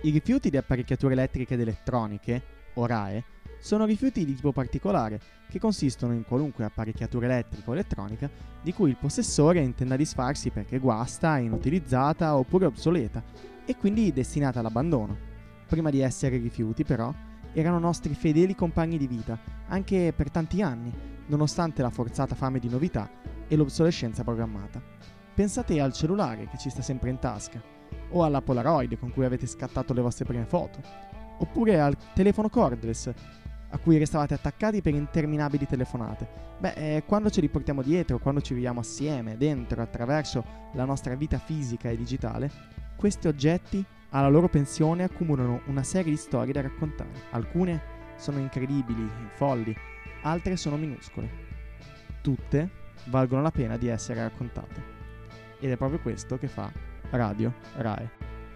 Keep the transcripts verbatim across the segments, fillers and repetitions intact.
I rifiuti di apparecchiature elettriche ed elettroniche, o R A E, sono rifiuti di tipo particolare che consistono in qualunque apparecchiatura elettrica o elettronica di cui il possessore intenda disfarsi perché guasta, inutilizzata oppure obsoleta e quindi destinata all'abbandono. Prima di essere rifiuti, però, erano nostri fedeli compagni di vita, anche per tanti anni, nonostante la forzata fame di novità e l'obsolescenza programmata. Pensate al cellulare che ci sta sempre in tasca, o alla Polaroid con cui avete scattato le vostre prime foto, oppure al telefono cordless a cui restavate attaccati per interminabili telefonate. Beh, eh, quando ce li portiamo dietro, quando ci viviamo assieme, dentro, attraverso la nostra vita fisica e digitale, questi oggetti alla loro pensione accumulano una serie di storie da raccontare. Alcune sono incredibili, folli, altre sono minuscole. Tutte valgono la pena di essere raccontate. Ed è proprio questo che fa Radio R A E.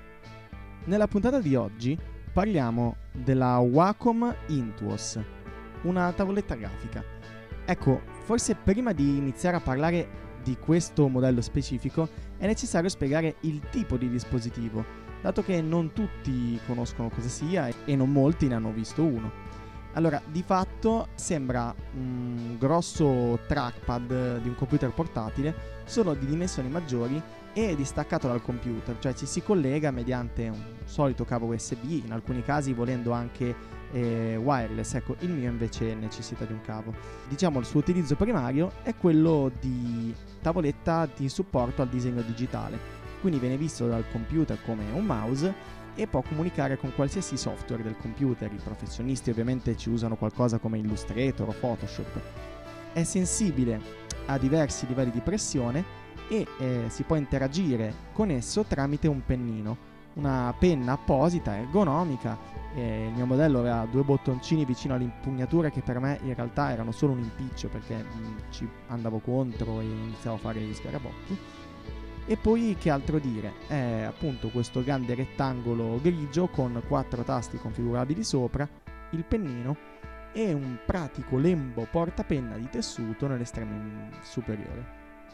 Nella puntata di oggi parliamo della Wacom Intuos, una tavoletta grafica. Ecco, forse prima di iniziare a parlare di questo modello specifico è necessario spiegare il tipo di dispositivo, dato che non tutti conoscono cosa sia e non molti ne hanno visto uno. Allora, di fatto sembra un grosso trackpad di un computer portatile, solo di dimensioni maggiori e distaccato dal computer, cioè ci si collega mediante un solito cavo U S B, in alcuni casi volendo anche eh, wireless. Ecco, il mio invece necessita di un cavo. Diciamo il suo utilizzo primario è quello di tavoletta di supporto al disegno digitale, quindi viene visto dal computer come un mouse e può comunicare con qualsiasi software del computer. I professionisti ovviamente ci usano qualcosa come Illustrator o Photoshop. È sensibile a diversi livelli di pressione e eh, si può interagire con esso tramite un pennino, una penna apposita, ergonomica. Eh, il mio modello aveva due bottoncini vicino all'impugnatura che per me in realtà erano solo un impiccio perché mh, ci andavo contro e iniziavo a fare gli scarabocchi. E poi che altro dire? È appunto questo grande rettangolo grigio con quattro tasti configurabili sopra, il pennino e un pratico lembo portapenna di tessuto nell'estremo superiore.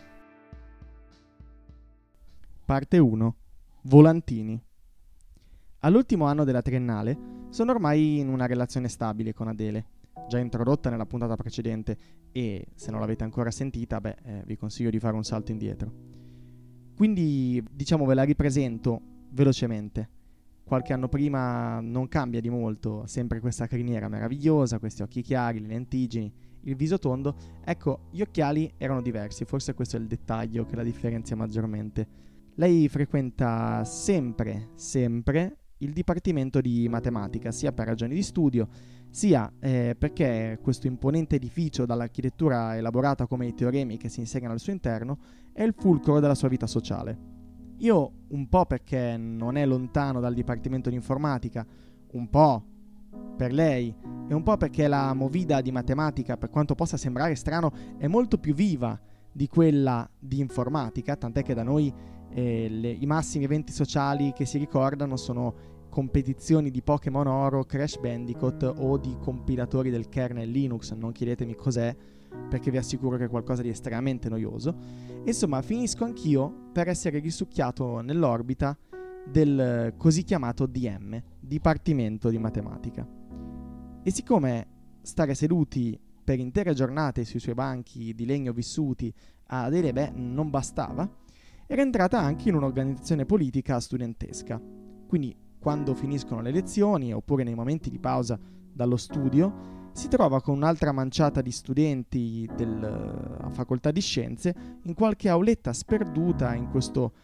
Parte uno. Volantini. All'ultimo anno della triennale sono ormai in una relazione stabile con Adele, già introdotta nella puntata precedente e, se non l'avete ancora sentita, beh, eh, vi consiglio di fare un salto indietro. Quindi, diciamo, ve la ripresento velocemente. Qualche anno prima non cambia di molto, sempre questa criniera meravigliosa, questi occhi chiari, le lentiggini, il viso tondo. Ecco, gli occhiali erano diversi, forse questo è il dettaglio che la differenzia maggiormente. Lei frequenta sempre, sempre il dipartimento di matematica, sia per ragioni di studio, sia eh, perché questo imponente edificio dall'architettura elaborata come i teoremi che si insegnano al suo interno è il fulcro della sua vita sociale. Io un po' perché non è lontano dal dipartimento di informatica, un po' per lei e un po' perché la movida di matematica, per quanto possa sembrare strano, è molto più viva di quella di informatica, tant'è che da noi eh, le, i massimi eventi sociali che si ricordano sono competizioni di Pokémon Oro, Crash Bandicoot o di compilatori del kernel Linux. Non chiedetemi cos'è, perché vi assicuro che è qualcosa di estremamente noioso. Insomma, finisco anch'io per essere risucchiato nell'orbita del così chiamato D M, Dipartimento di Matematica. E siccome stare seduti per intere giornate sui suoi banchi di legno vissuti a Adele, beh, non bastava, era entrata anche in un'organizzazione politica studentesca. Quindi, quando finiscono le lezioni, oppure nei momenti di pausa dallo studio, si trova con un'altra manciata di studenti della facoltà di scienze in qualche auletta sperduta in questo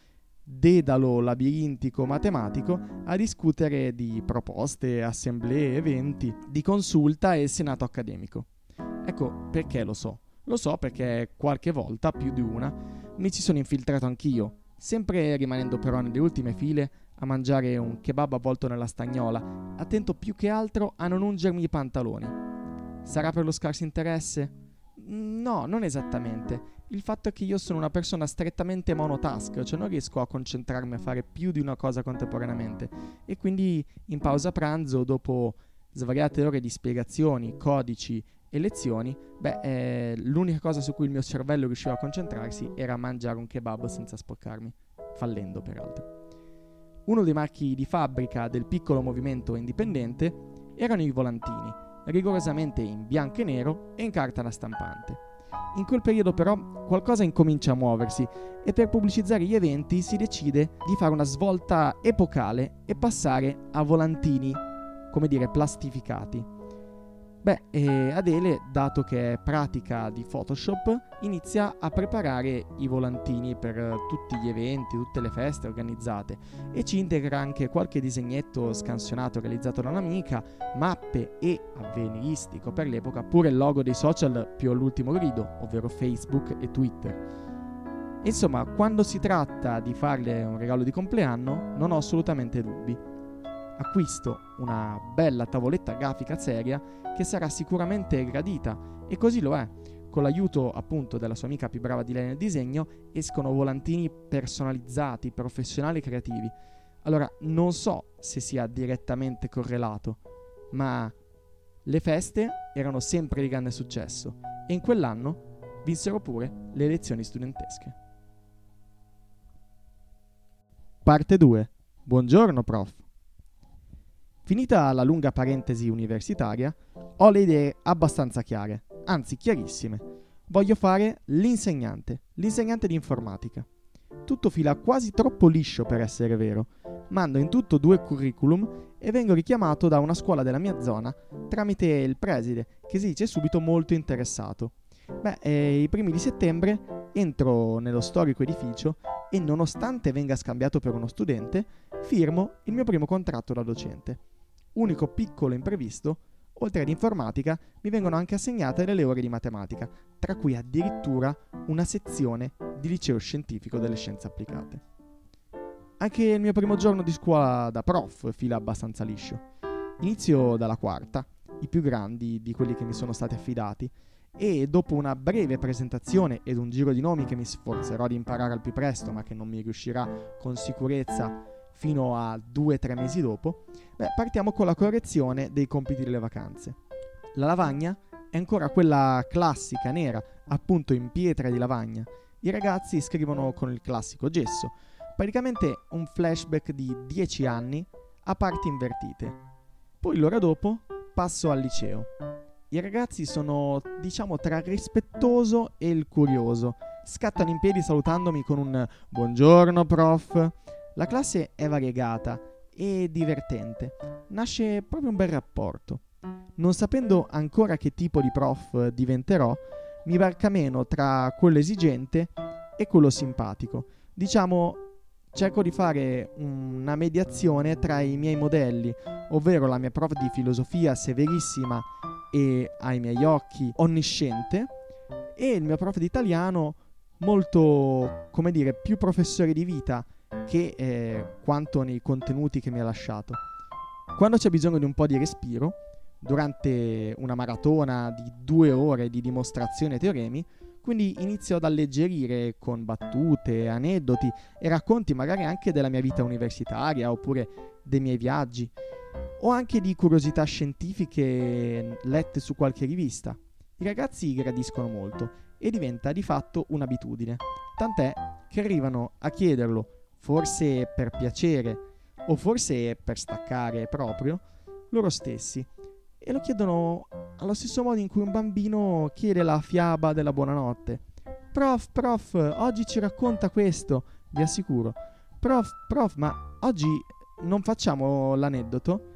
dedalo labirintico matematico a discutere di proposte, assemblee, eventi, di consulta e senato accademico. Ecco perché lo so. Lo so perché qualche volta, più di una, mi ci sono infiltrato anch'io, sempre rimanendo però nelle ultime file a mangiare un kebab avvolto nella stagnola, attento più che altro a non ungermi i pantaloni. Sarà per lo scarso interesse? No, non esattamente. Il fatto è che io sono una persona strettamente monotask, cioè non riesco a concentrarmi a fare più di una cosa contemporaneamente, e quindi in pausa pranzo, dopo svariate ore di spiegazioni, codici e lezioni, beh, eh, l'unica cosa su cui il mio cervello riusciva a concentrarsi era mangiare un kebab senza sporcarmi, fallendo peraltro. Uno dei marchi di fabbrica del piccolo movimento indipendente erano i volantini, rigorosamente in bianco e nero e in carta da stampante. In quel periodo però qualcosa incomincia a muoversi e per pubblicizzare gli eventi si decide di fare una svolta epocale e passare a volantini, come dire, plastificati. Beh, e Adele, dato che è pratica di Photoshop, inizia a preparare i volantini per tutti gli eventi, tutte le feste organizzate e ci integra anche qualche disegnetto scansionato realizzato da un'amica, mappe e avveniristico per l'epoca, pure il logo dei social più all'ultimo grido, ovvero Facebook e Twitter. Insomma, quando si tratta di farle un regalo di compleanno, non ho assolutamente dubbi. Acquisto una bella tavoletta grafica seria che sarà sicuramente gradita, e così lo è. Con l'aiuto appunto della sua amica più brava di lei nel disegno escono volantini personalizzati, professionali e creativi. Allora, non so se sia direttamente correlato, ma le feste erano sempre di grande successo e in quell'anno vinsero pure le elezioni studentesche. Parte due. Buongiorno prof. Finita la lunga parentesi universitaria, ho le idee abbastanza chiare, anzi chiarissime. Voglio fare l'insegnante, l'insegnante di informatica. Tutto fila quasi troppo liscio per essere vero. Mando in tutto due curriculum e vengo richiamato da una scuola della mia zona tramite il preside, che si dice subito molto interessato. Beh, eh, i primi di settembre entro nello storico edificio e, nonostante venga scambiato per uno studente, firmo il mio primo contratto da docente. Unico piccolo imprevisto, oltre ad informatica mi vengono anche assegnate delle ore di matematica, tra cui addirittura una sezione di liceo scientifico delle scienze applicate. Anche il mio primo giorno di scuola da prof fila abbastanza liscio. Inizio dalla quarta, i più grandi di quelli che mi sono stati affidati, e dopo una breve presentazione ed un giro di nomi che mi sforzerò di imparare al più presto, ma che non mi riuscirà con sicurezza fino a due o tre mesi dopo, beh, partiamo con la correzione dei compiti delle vacanze. La lavagna è ancora quella classica nera, appunto in pietra di lavagna. I ragazzi scrivono con il classico gesso, praticamente un flashback di dieci anni a parti invertite. Poi l'ora dopo passo al liceo. I ragazzi sono, diciamo, tra il rispettoso e il curioso. Scattano in piedi salutandomi con un buongiorno prof. La classe è variegata e divertente, nasce proprio un bel rapporto. Non sapendo ancora che tipo di prof diventerò, mi barca meno tra quello esigente e quello simpatico. Diciamo, cerco di fare una mediazione tra i miei modelli, ovvero la mia prof di filosofia severissima e ai miei occhi onnisciente, e il mio prof di italiano molto, come dire, più professore di vita che eh, quanto nei contenuti che mi ha lasciato. Quando c'è bisogno di un po' di respiro, durante una maratona di due ore di dimostrazione e teoremi, quindi inizio ad alleggerire con battute, aneddoti e racconti magari anche della mia vita universitaria oppure dei miei viaggi, o anche di curiosità scientifiche lette su qualche rivista. I ragazzi gradiscono molto e diventa di fatto un'abitudine, tant'è che arrivano a chiederlo, forse per piacere o forse per staccare proprio, loro stessi, e lo chiedono allo stesso modo in cui un bambino chiede la fiaba della buonanotte. Prof, prof, oggi ci racconta questo, vi assicuro. Prof, prof, ma oggi non facciamo l'aneddoto?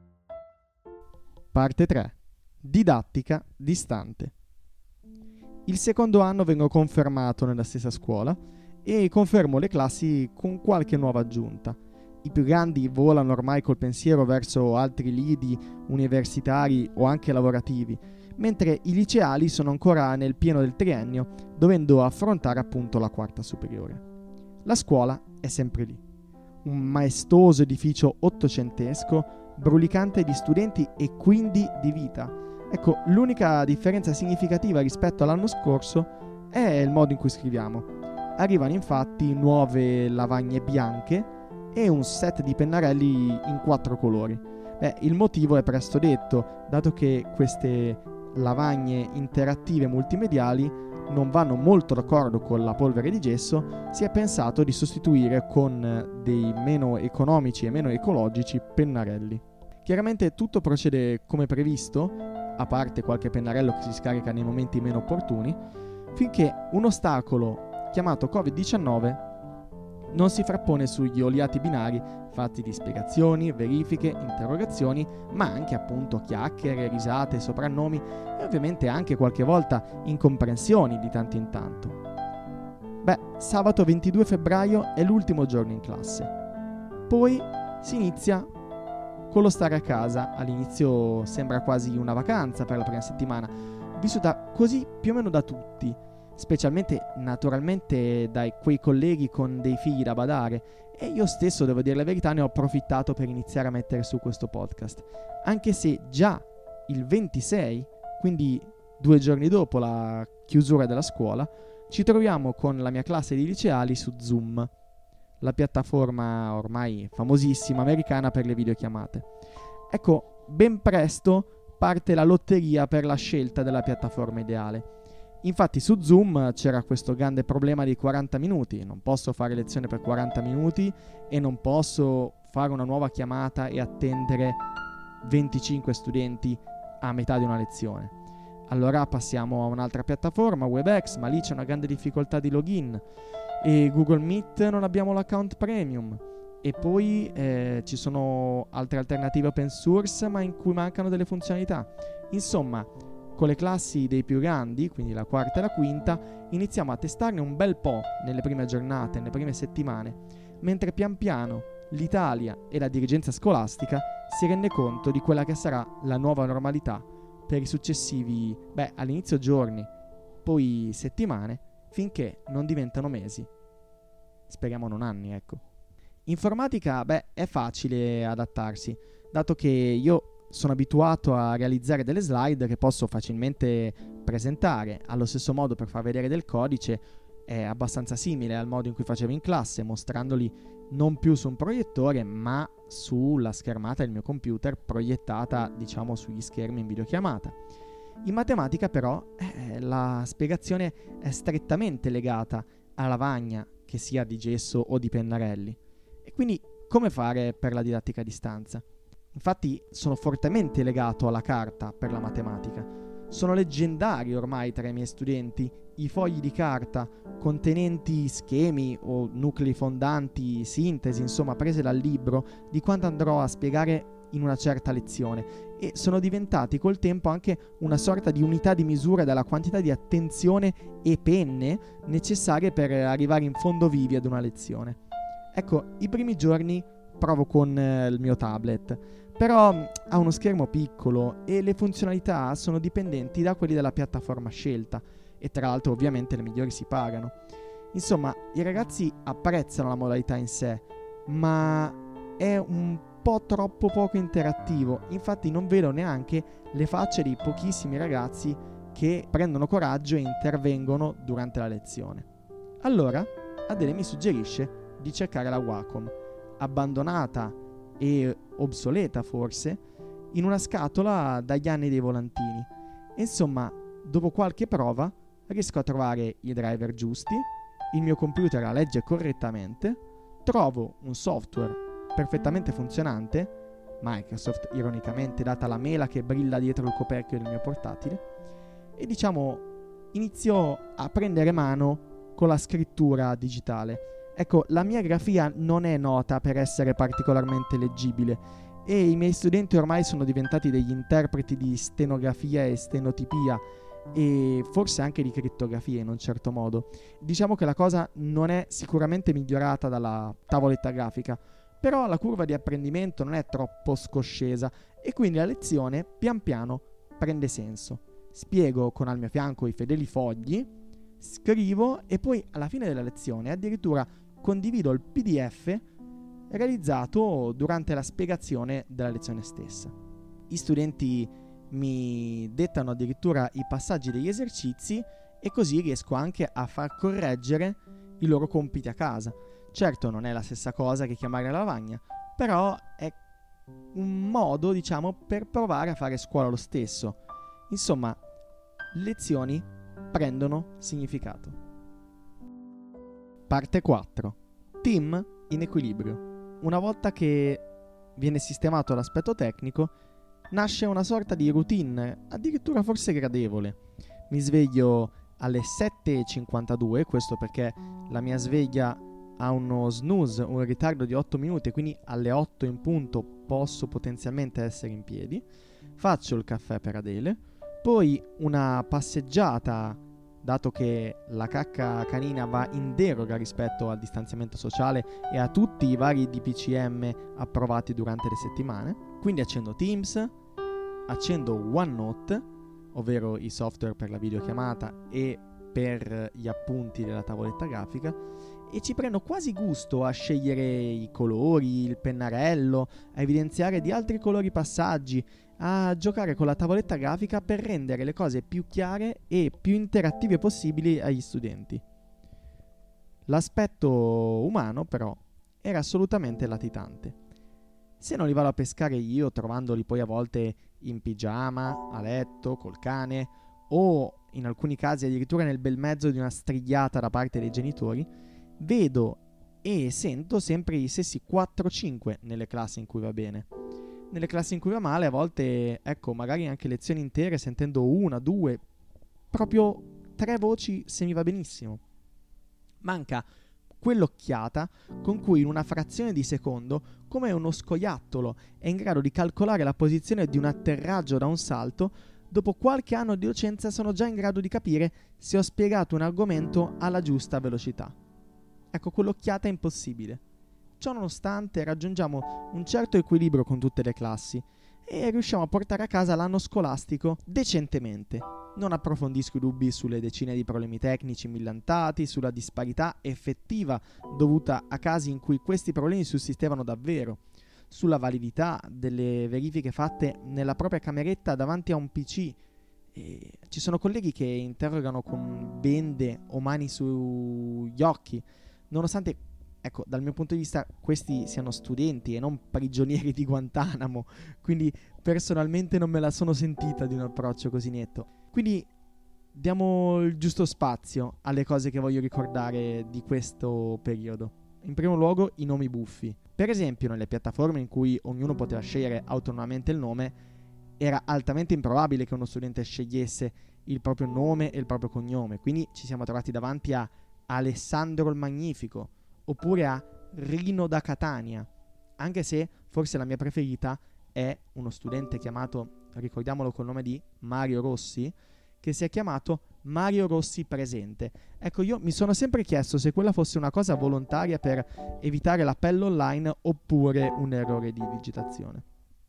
Parte tre. Didattica distante. Il secondo anno vengo confermato nella stessa scuola e confermo le classi con qualche nuova aggiunta. I più grandi volano ormai col pensiero verso altri lidi universitari o anche lavorativi, mentre i liceali sono ancora nel pieno del triennio, dovendo affrontare appunto la quarta superiore. La scuola è sempre lì. Un maestoso edificio ottocentesco, brulicante di studenti e quindi di vita. Ecco, l'unica differenza significativa rispetto all'anno scorso è il modo in cui scriviamo. Arrivano infatti nuove lavagne bianche e un set di pennarelli in quattro colori. Beh, il motivo è presto detto, dato che queste lavagne interattive multimediali non vanno molto d'accordo con la polvere di gesso, si è pensato di sostituire con dei meno economici e meno ecologici pennarelli. Chiaramente tutto procede come previsto, a parte qualche pennarello che si scarica nei momenti meno opportuni, finché un ostacolo chiamato covid diciannove non si frappone sugli oliati binari fatti di spiegazioni, verifiche, interrogazioni, ma anche appunto chiacchiere, risate, soprannomi e ovviamente anche qualche volta incomprensioni di tanto in tanto. Beh, sabato ventidue febbraio è l'ultimo giorno in classe. Poi si inizia con lo stare a casa. All'inizio sembra quasi una vacanza per la prima settimana, vissuta così più o meno da tutti, specialmente naturalmente da quei colleghi con dei figli da badare, e io stesso, devo dire la verità, ne ho approfittato per iniziare a mettere su questo podcast, anche se già il ventisei, quindi due giorni dopo la chiusura della scuola, ci troviamo con la mia classe di liceali su Zoom, la piattaforma ormai famosissima americana per le videochiamate. Ecco, ben presto parte la lotteria per la scelta della piattaforma ideale. Infatti su Zoom c'era questo grande problema dei quaranta minuti, non posso fare lezione per quaranta minuti e non posso fare una nuova chiamata e attendere venticinque studenti a metà di una lezione. Allora passiamo a un'altra piattaforma, WebEx, ma lì c'è una grande difficoltà di login, e Google Meet non abbiamo l'account premium, e poi eh, ci sono altre alternative open source ma in cui mancano delle funzionalità. Insomma, con le classi dei più grandi, quindi la quarta e la quinta, iniziamo a testarne un bel po' nelle prime giornate, nelle prime settimane, mentre pian piano l'Italia e la dirigenza scolastica si rende conto di quella che sarà la nuova normalità per i successivi, beh, all'inizio giorni, poi settimane, finché non diventano mesi. Speriamo non anni, ecco. Informatica, beh, è facile adattarsi, dato che io sono abituato a realizzare delle slide che posso facilmente presentare. Allo stesso modo, per far vedere del codice è abbastanza simile al modo in cui facevo in classe, mostrandoli non più su un proiettore ma sulla schermata del mio computer, proiettata diciamo sugli schermi in videochiamata. In matematica però eh, la spiegazione è strettamente legata alla lavagna, che sia di gesso o di pennarelli. E quindi come fare per la didattica a distanza? Infatti sono fortemente legato alla carta per la matematica. Sono leggendari ormai tra i miei studenti i fogli di carta contenenti schemi o nuclei fondanti, sintesi, insomma prese dal libro di quanto andrò a spiegare in una certa lezione, e sono diventati col tempo anche una sorta di unità di misura della quantità di attenzione e penne necessarie per arrivare in fondo vivi ad una lezione. Ecco, i primi giorni provo con eh, il mio tablet, però ha uno schermo piccolo e le funzionalità sono dipendenti da quelli della piattaforma scelta, e tra l'altro ovviamente le migliori si pagano. Insomma, i ragazzi apprezzano la modalità in sé, ma è un po' troppo poco interattivo. Infatti non vedo neanche le facce dei pochissimi ragazzi che prendono coraggio e intervengono durante la lezione. Allora Adele mi suggerisce di cercare la Wacom, abbandonata e obsoleta forse, in una scatola dagli anni dei volantini. E insomma, dopo qualche prova riesco a trovare i driver giusti, il mio computer la legge correttamente, trovo un software perfettamente funzionante, Microsoft ironicamente data la mela che brilla dietro il coperchio del mio portatile, e diciamo inizio a prendere mano con la scrittura digitale. Ecco, la mia grafia non è nota per essere particolarmente leggibile e i miei studenti ormai sono diventati degli interpreti di stenografia e stenotipia e forse anche di crittografia in un certo modo. Diciamo che la cosa non è sicuramente migliorata dalla tavoletta grafica, però la curva di apprendimento non è troppo scoscesa e quindi la lezione pian piano prende senso. Spiego con al mio fianco i fedeli fogli, scrivo e poi alla fine della lezione addirittura condivido il P D F realizzato durante la spiegazione della lezione stessa. Gli studenti mi dettano addirittura i passaggi degli esercizi e così riesco anche a far correggere i loro compiti a casa. Certo non è la stessa cosa che chiamare la lavagna, però è un modo, diciamo, per provare a fare scuola lo stesso. Insomma, lezioni prendono significato. Parte quattro. Team in equilibrio. Una volta che viene sistemato l'aspetto tecnico, nasce una sorta di routine, addirittura forse gradevole. Mi sveglio alle sette e cinquantadue, questo perché la mia sveglia ha uno snooze, un ritardo di otto minuti, quindi alle otto in punto posso potenzialmente essere in piedi. Faccio il caffè per Adele, poi una passeggiata, dato che la cacca canina va in deroga rispetto al distanziamento sociale e a tutti i vari D P C M approvati durante le settimane. Quindi accendo Teams, accendo OneNote, ovvero i software per la videochiamata e per gli appunti della tavoletta grafica, e ci prendo quasi gusto a scegliere i colori, il pennarello, a evidenziare di altri colori passaggi, a giocare con la tavoletta grafica per rendere le cose più chiare e più interattive possibili agli studenti. L'aspetto umano, però, era assolutamente latitante. Se non li vado a pescare io, trovandoli poi a volte in pigiama, a letto, col cane, o in alcuni casi addirittura nel bel mezzo di una strigliata da parte dei genitori, vedo e sento sempre i stessi quattro cinque nelle classi in cui va bene. Nelle classi in cui va male, a volte, ecco, magari anche lezioni intere sentendo una, due, proprio tre voci se mi va benissimo. Manca quell'occhiata con cui in una frazione di secondo, come uno scoiattolo è in grado di calcolare la posizione di un atterraggio da un salto, dopo qualche anno di docenza sono già in grado di capire se ho spiegato un argomento alla giusta velocità. Ecco, quell'occhiata è impossibile. Ciò nonostante raggiungiamo un certo equilibrio con tutte le classi e riusciamo a portare a casa l'anno scolastico decentemente. Non approfondisco i dubbi sulle decine di problemi tecnici millantati, sulla disparità effettiva dovuta a casi in cui questi problemi sussistevano davvero, sulla validità delle verifiche fatte nella propria cameretta davanti a un P C. E ci sono colleghi che interrogano con bende o mani sugli occhi, nonostante, ecco, dal mio punto di vista questi siano studenti e non prigionieri di Guantanamo, quindi personalmente non me la sono sentita di un approccio così netto. Quindi diamo il giusto spazio alle cose che voglio ricordare di questo periodo. In primo luogo i nomi buffi. Per esempio, nelle piattaforme in cui ognuno poteva scegliere autonomamente il nome, era altamente improbabile che uno studente scegliesse il proprio nome e il proprio cognome. Quindi ci siamo trovati davanti a Alessandro il Magnifico, oppure a Rino da Catania, anche se forse la mia preferita è uno studente chiamato, ricordiamolo col nome di Mario Rossi, che si è chiamato Mario Rossi Presente. Ecco, io mi sono sempre chiesto se quella fosse una cosa volontaria per evitare l'appello online oppure un errore di digitazione.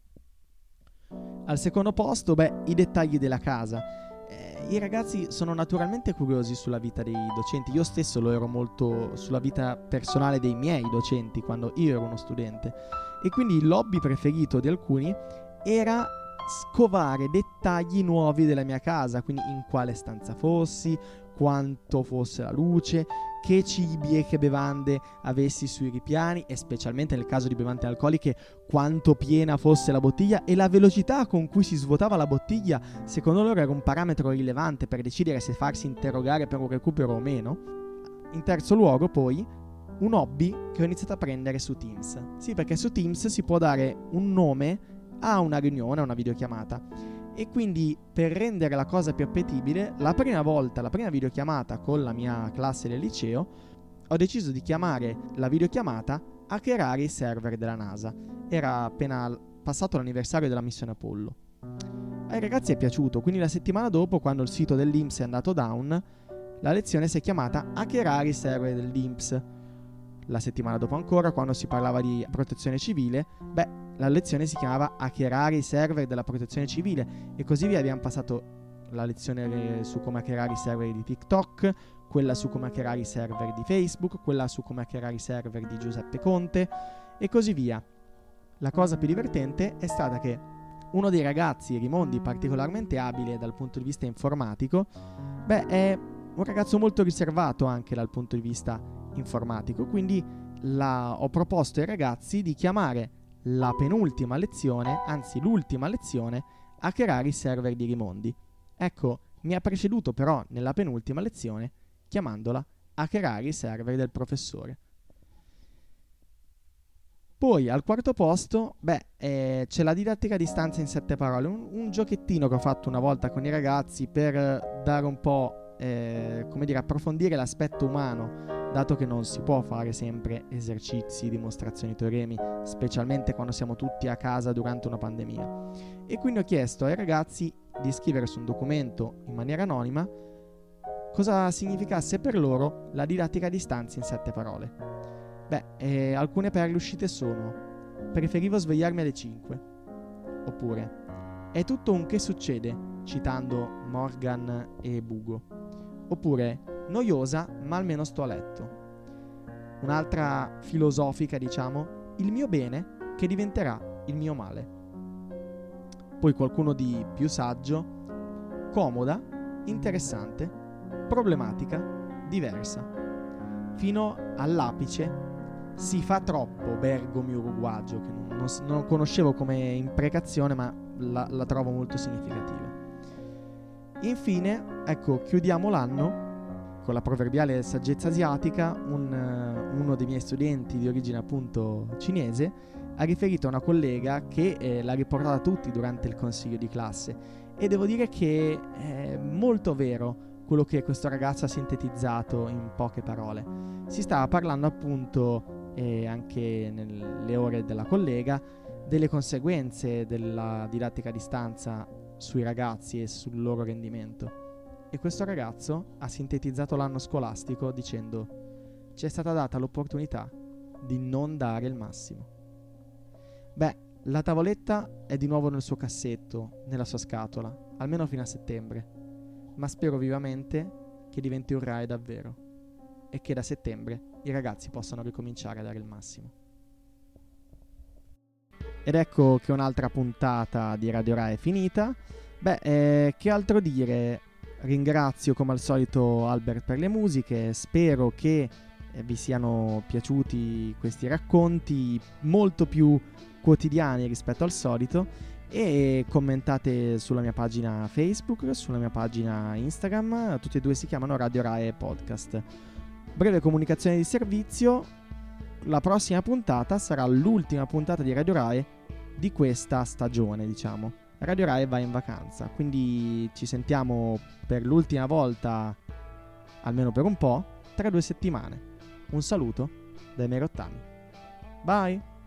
Al secondo posto, beh, i dettagli della casa. Eh, I ragazzi sono naturalmente curiosi sulla vita dei docenti. Io stesso lo ero molto sulla vita personale dei miei docenti quando io ero uno studente. E quindi il hobby preferito di alcuni era scovare dettagli nuovi della mia casa, quindi in quale stanza fossi, quanto fosse la luce, che cibi e che bevande avessi sui ripiani e specialmente nel caso di bevande alcoliche quanto piena fosse la bottiglia e la velocità con cui si svuotava la bottiglia secondo loro era un parametro rilevante per decidere se farsi interrogare per un recupero o meno. In terzo luogo poi un hobby che ho iniziato a prendere su Teams. Sì, perché su Teams si può dare un nome a una riunione, a una videochiamata. E quindi per rendere la cosa più appetibile, la prima volta, la prima videochiamata con la mia classe del liceo, ho deciso di chiamare la videochiamata Hackerare i server della NASA. Era appena passato l'anniversario della missione Apollo. Ai ragazzi è piaciuto, quindi la settimana dopo, quando il sito dell'I N P S è andato down, la lezione si è chiamata Hackerare i server dell'I N P S. La settimana dopo ancora, quando si parlava di protezione civile, beh, la lezione si chiamava Hackerare i server della protezione civile e così via. Abbiamo passato la lezione su come hackerare i server di TikTok, quella su come hackerare i server di Facebook, quella su come hackerare i server di Giuseppe Conte e così via. La cosa più divertente è stata che uno dei ragazzi, Rimondi, particolarmente abile dal punto di vista informatico, beh, è un ragazzo molto riservato anche dal punto di vista informatico, quindi la, ho proposto ai ragazzi di chiamare la penultima lezione, anzi l'ultima lezione, Hackerare i server di Rimondi. Ecco, mi ha preceduto però nella penultima lezione chiamandola hackerare i server del professore. Poi al quarto posto, beh, eh, c'è la didattica a distanza in sette parole, un, un giochettino che ho fatto una volta con i ragazzi per dare un po', eh, come dire, approfondire l'aspetto umano, dato che non si può fare sempre esercizi, dimostrazioni, teoremi, specialmente quando siamo tutti a casa durante una pandemia. E quindi ho chiesto ai ragazzi di scrivere su un documento in maniera anonima cosa significasse per loro la didattica a distanza in sette parole. Beh, eh, alcune perle uscite sono: preferivo svegliarmi alle cinque, oppure è tutto un che succede, citando Morgan e Bugo, oppure noiosa ma almeno sto a letto. Un'altra filosofica, diciamo, il mio bene che diventerà il mio male. Poi qualcuno di più saggio: comoda, interessante, problematica, diversa. Fino all'apice: si fa troppo, Bergomi uruguagio, che non, non, non conoscevo come imprecazione, ma la, la trovo molto significativa. Infine, ecco, chiudiamo l'anno con la proverbiale saggezza asiatica. Un, uno dei miei studenti di origine appunto cinese ha riferito a una collega che eh, l'ha riportata a tutti durante il consiglio di classe, e devo dire che è molto vero quello che questo ragazzo ha sintetizzato in poche parole. Si stava parlando appunto, e anche nelle ore della collega, delle conseguenze della didattica a distanza sui ragazzi e sul loro rendimento. E questo ragazzo ha sintetizzato l'anno scolastico dicendo: ci è stata data l'opportunità di non dare il massimo. Beh, la tavoletta è di nuovo nel suo cassetto, nella sua scatola, almeno fino a settembre, ma spero vivamente che diventi un R A E davvero e che da settembre i ragazzi possano ricominciare a dare il massimo. Ed ecco che un'altra puntata di Radio R A E è finita. Beh, eh, che altro dire? Ringrazio come al solito Albert per le musiche, spero che eh, vi siano piaciuti questi racconti molto più quotidiani rispetto al solito, e commentate sulla mia pagina Facebook, sulla mia pagina Instagram, tutti e due si chiamano Radio R A E Podcast. Breve comunicazione di servizio: la prossima puntata sarà l'ultima puntata di Radio R A E di questa stagione, diciamo. Radio R A E va in vacanza, quindi ci sentiamo per l'ultima volta, almeno per un po', tra due settimane. Un saluto dai miei rottami. Bye!